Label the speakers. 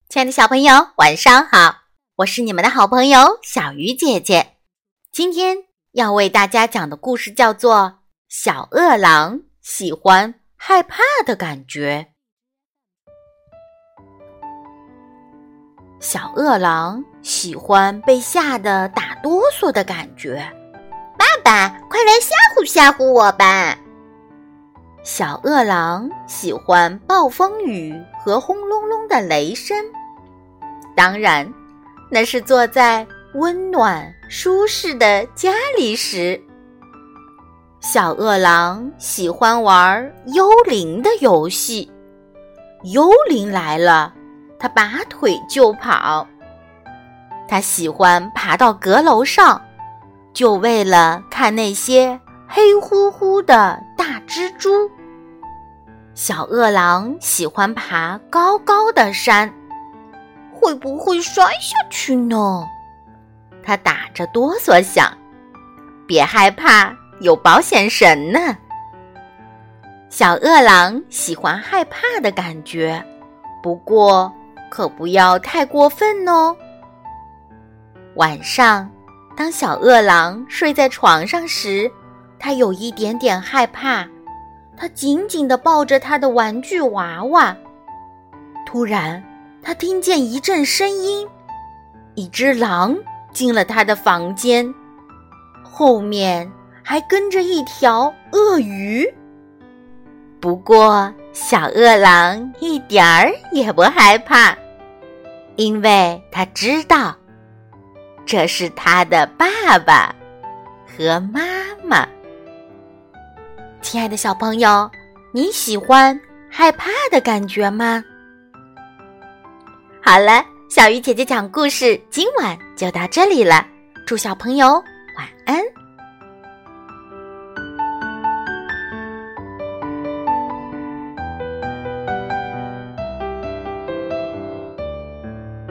Speaker 1: 亲爱的小朋友，晚上好！我是你们的好朋友小鱼姐姐。今天要为大家讲的故事叫做《小饿狼喜欢害怕的感觉》。小饿狼喜欢被吓得打哆嗦的感觉。
Speaker 2: 爸爸，快来吓唬吓唬我吧！
Speaker 1: 小饿狼喜欢暴风雨和轰隆隆的雷声。当然，那是坐在温暖舒适的家里时。小饿狼喜欢玩幽灵的游戏，幽灵来了，他拔腿就跑。他喜欢爬到阁楼上，就为了看那些黑乎乎的大蜘蛛。小饿狼喜欢爬高高的山，会不会摔下去呢？他打着哆嗦想，别害怕，有保险绳呢。小饿狼喜欢害怕的感觉，不过可不要太过分哦。晚上，当小饿狼睡在床上时，他有一点点害怕，他紧紧地抱着他的玩具娃娃。突然，他听见一阵声音，一只狼进了他的房间，后面还跟着一条鳄鱼。不过，小饿狼一点儿也不害怕，因为他知道，这是他的爸爸和妈妈。亲爱的小朋友，你喜欢害怕的感觉吗？好了，小鱼姐姐讲故事今晚就到这里了，祝小朋友晚安。